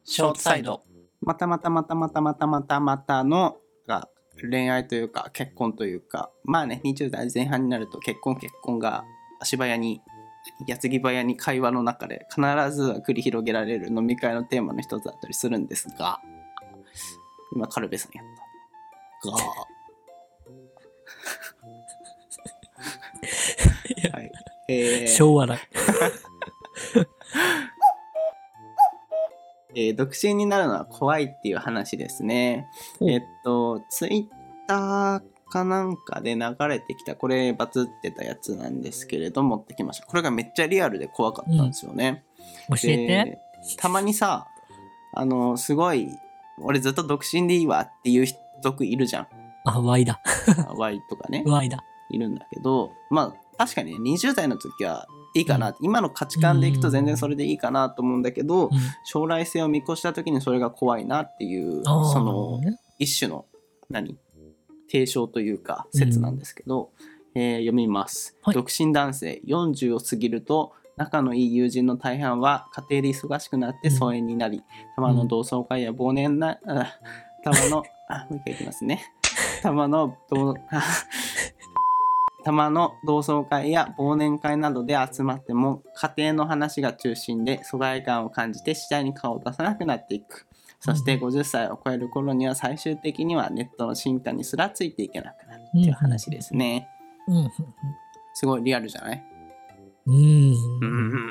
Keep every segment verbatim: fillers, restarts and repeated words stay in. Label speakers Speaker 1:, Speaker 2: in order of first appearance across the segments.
Speaker 1: ショートサイド。またまたまたまたまたまたまたのが恋愛というか結婚というか、まあねにじゅう代前半になると結婚結婚が足早に矢継ぎ早に会話の中で必ず繰り広げられる飲み会のテーマの一つだったりするんですが、今カルベさんやったがはい、えー、
Speaker 2: 昭和だ
Speaker 1: えー、独身になるのは怖いっていう話ですね。えっとツイッターかなんかで流れてきた、これバズってたやつなんですけれど持ってきました。これがめっちゃリアルで怖かったんですよね、
Speaker 2: うん、教えて。
Speaker 1: たまにさ、あのすごい俺ずっと独身でいいわっていう人いるじゃん。
Speaker 2: あ、Y だ
Speaker 1: Y とかね
Speaker 2: Y だ
Speaker 1: いるんだけど、まあ確かに、ね、にじゅう代の時はいいかな、うん、今の価値観でいくと全然それでいいかなと思うんだけど、うん、将来性を見越した時にそれが怖いなっていうその一種の何提唱というか説なんですけど、うんえー、読みます、はい、独身男性よんじゅうを過ぎると仲のいい友人の大半は家庭で忙しくなって疎遠になり、うん、たまの同窓会や忘年な、うん、たまのあもう一回いきますねたまの同たまの同窓会や忘年会などで集まっても家庭の話が中心で疎外感を感じて次第に顔を出さなくなっていく。そしてごじゅっさいを超える頃には最終的にはネットの進化にすらついていけなくなるっていう話ですね、うんうん、すごいリアルじゃない？
Speaker 2: うん、うん、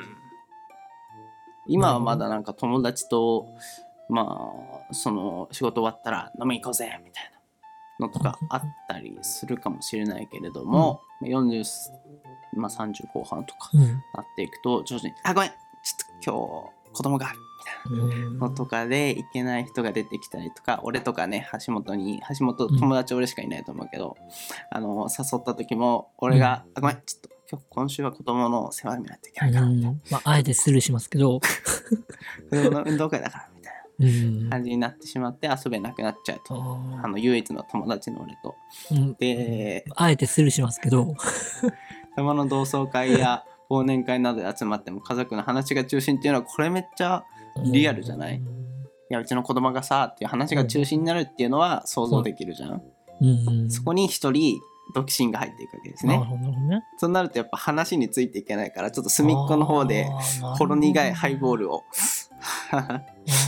Speaker 1: 今はまだなんか友達とまあその仕事終わったら飲み行こうぜみたいなのとかあったりするかもしれないけれども、うん、よんじゅう、まあ、さんじゅう後半とかなっていくと徐々に、うん、あごめんちょっと今日子供があるみたいなのとかでいけない人が出てきたりとか、俺とかね橋本に橋本友達俺しかいないと思うけど、うん、あの誘った時も俺が、うん、あごめんちょっと今日今週は子供の世話になっていけないからみたいな、
Speaker 2: まあ、あえてスルーしますけど
Speaker 1: 子供の運動会だからみたいな感じになってしまって遊べなくなっちゃうと、うん、あの唯一の友達の俺と、
Speaker 2: うん、であえてスルーしますけど
Speaker 1: たまの同窓会や忘年会などで集まっても家族の話が中心っていうのはこれめっちゃリアルじゃない？うん、いやうちの子供がさっていう話が中心になるっていうのは想像できるじゃん、うん、そこに一人独身が入っていくわけですね。なるほどね。そうなるとやっぱ話についていけないからちょっと隅っこの方でほろ苦いハイボールをは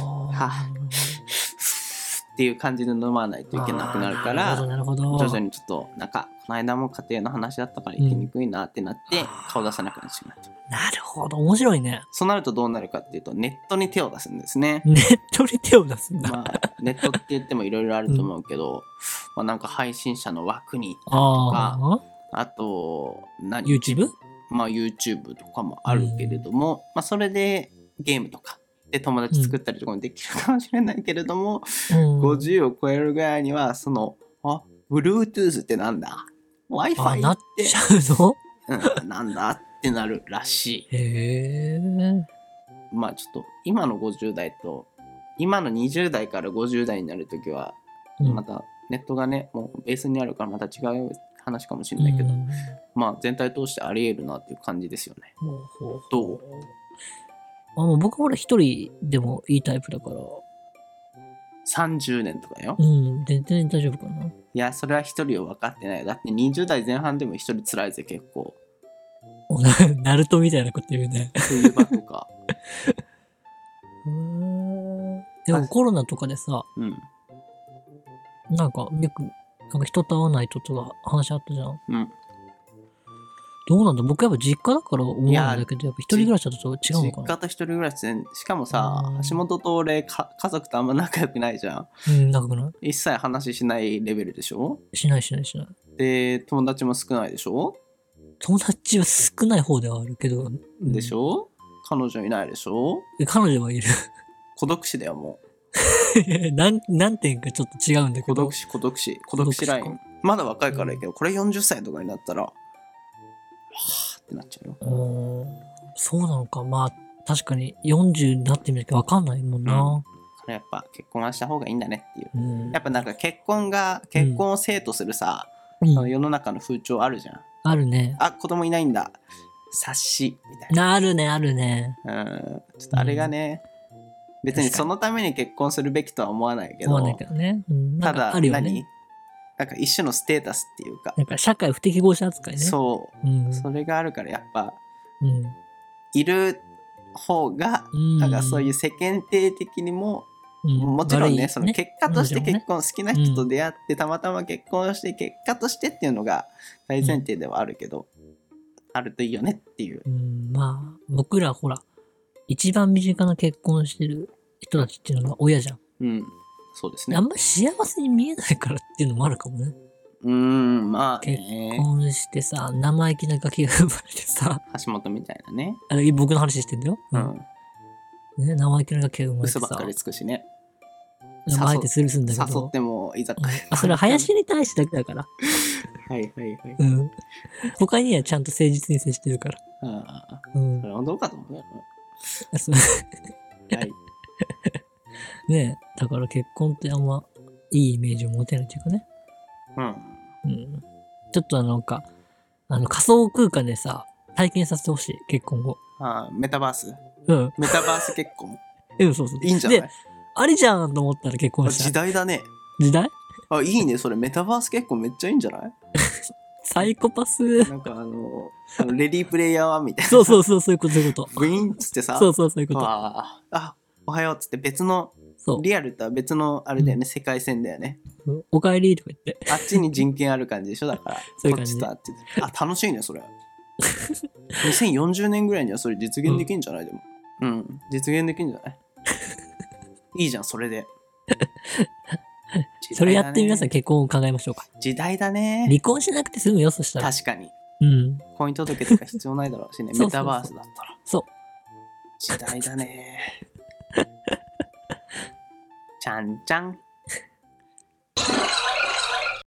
Speaker 1: っていう感じで飲まないといけなくなるから徐々にちょっとなんかこの間も家庭の話だったから行きにくいなってなって顔出さなくなってしまうと、
Speaker 2: うん、なるほど面白いね。
Speaker 1: そうなるとどうなるかっていうとネットに手を出すんですね。
Speaker 2: ネットに手を出すんだ、
Speaker 1: まあ、ネットって言ってもいろいろあると思うけど、うんまあ、なんか配信者の枠に行ったりとか あ, あと何
Speaker 2: YouTube?
Speaker 1: まあ YouTube とかもあるけれども、うんまあ、それでゲームとかで友達作ったりとかもできるかもしれないけれども、うん、ごじゅうを超えるぐらいにはそのあ Bluetooth ってなんだ Wi-Fi って
Speaker 2: なっちゃうの、
Speaker 1: うん、なんだってなるらしい。
Speaker 2: へー。
Speaker 1: まあちょっと今のごじゅう代と今のにじゅう代からごじゅう代になるときはまたネットがねもうベースにあるからまた違う話かもしれないけど、うん、まあ全体通してあり得るなっていう感じですよね。ほうほうどう？
Speaker 2: あもう僕は俺一人でもいいタイプだから
Speaker 1: さんじゅうねんとかよ。
Speaker 2: うん全然大丈夫かな。
Speaker 1: いやそれは一人を分かってない。だってにじゅう代前半でも一人辛いぜ結構。
Speaker 2: ナルトみたいなこと言うね。
Speaker 1: 冬場とか
Speaker 2: でもコロナとかでさ、うん、なんかよくなんか人と会わない人とか話あったじゃん。うん。どうなんだ僕やっぱ実家だから思うんだけどやっぱ一人暮らしだと違うのかな。
Speaker 1: 実家と一人暮らしでしかもさ橋本と俺か家族とあんま仲良くないじゃん。
Speaker 2: うん仲良くない。
Speaker 1: 一切話しないレベルでしょ。
Speaker 2: しないしないしない。
Speaker 1: で友達も少ないでしょ。
Speaker 2: 友達は少ない方ではあるけど、うん、
Speaker 1: でしょ。彼女いないでしょ。
Speaker 2: 彼女はいる。
Speaker 1: 孤独死だよも
Speaker 2: う何, 何点かちょっと違うんだけど。
Speaker 1: 孤独死孤独死孤独死ラインまだ若いからいいけど、うん、これよんじゅっさいとかになったらはぁってなっちゃうよ。
Speaker 2: そうなのか。まあ確かによんじゅうになってみなきゃ分かんないもんな、うん、
Speaker 1: これやっぱ結婚はした方がいいんだねっていう、うん、やっぱなんか結婚が結婚を生とするさ、うん、世の中の風潮あるじゃん。
Speaker 2: あるね。
Speaker 1: あ子供いないんだ察しみたいな。
Speaker 2: あるねあるね。
Speaker 1: うんちょっとあれがね、 別にそのために結婚するべきとは思わないけど、
Speaker 2: 思わないけどね、うん、
Speaker 1: ただ
Speaker 2: あるよね、
Speaker 1: 何なんか一種のステータスっていうか、
Speaker 2: なんか社会不適合者扱いね。
Speaker 1: そう、
Speaker 2: うん、
Speaker 1: それがあるからやっぱ、
Speaker 2: うん、
Speaker 1: いる方が、うん、なんかそういう世間体的にも、うん、もちろんね、その結果として結婚、ね、好きな人と出会ってたまたま結婚して結果としてっていうのが大前提ではあるけど、うん、あるといいよねっていう。
Speaker 2: うん、まあ僕らほら一番身近な結婚してる人たちっていうのが親じゃん。
Speaker 1: うん、そうですね。
Speaker 2: あんま幸せに見えないからっていうのもあるかもね。
Speaker 1: うーん、まあ、
Speaker 2: ね、結婚してさ、生意気なガキが生まれてさ、
Speaker 1: 橋本みたいなね。
Speaker 2: あれ僕の話してんだよ。うん。ね、生意気なガキが生まれてさ。
Speaker 1: 嘘ばっかりつくしね。
Speaker 2: まあ、あえてスルーするんだけど。
Speaker 1: 誘っても居酒屋。
Speaker 2: あ、それは林に対してだけだから。
Speaker 1: はいはいはい。
Speaker 2: うん。他にはちゃんと誠実に接してるから。
Speaker 1: ああ。
Speaker 2: うん。
Speaker 1: それはどうかと思うよ。
Speaker 2: はい。ねえ、だから結婚ってあんまいいイメージを持てないっていうかね。
Speaker 1: うん。
Speaker 2: うん。ちょっとあのなんか、あの仮想空間でさ、体験させてほしい、結婚後。
Speaker 1: ああ、メタバース。
Speaker 2: うん。
Speaker 1: メタバース結婚。
Speaker 2: うん、そうそう。
Speaker 1: いいんじゃない？
Speaker 2: で、ありじゃんと思ったら結婚した。
Speaker 1: 時代だね。
Speaker 2: 時代？
Speaker 1: あ、いいね。それメタバース結婚めっちゃいいんじゃない？
Speaker 2: サイコパス。
Speaker 1: なんかあの、あのレディープレイヤーはみたいな。
Speaker 2: そうそうそう、そういうこと、そういうこと。
Speaker 1: グイーンっつってさ。
Speaker 2: そうそう、そういうこと。
Speaker 1: ああ、おはようっつって別の、
Speaker 2: そう
Speaker 1: リアルとは別のあれだよね、うん、世界線だよね。
Speaker 2: おかえりとか言って。
Speaker 1: あっちに人権ある感じでしょだから。
Speaker 2: そういう感じ。
Speaker 1: こっちとあっち。あ、楽しいね、それ。にせんよんじゅうねんぐらいにはそれ実現できんじゃない、うん、でも。うん、実現できんじゃないいいじゃん、それで。
Speaker 2: それやって皆さん結婚を考えましょうか。
Speaker 1: 時代だね。
Speaker 2: 離婚しなくて済むよ、そしたら。
Speaker 1: 確かに。
Speaker 2: うん。
Speaker 1: 婚姻届とか必要ないだろうしね。メタバースだったら。
Speaker 2: そう。
Speaker 1: 時代だね。ちゃんちゃん。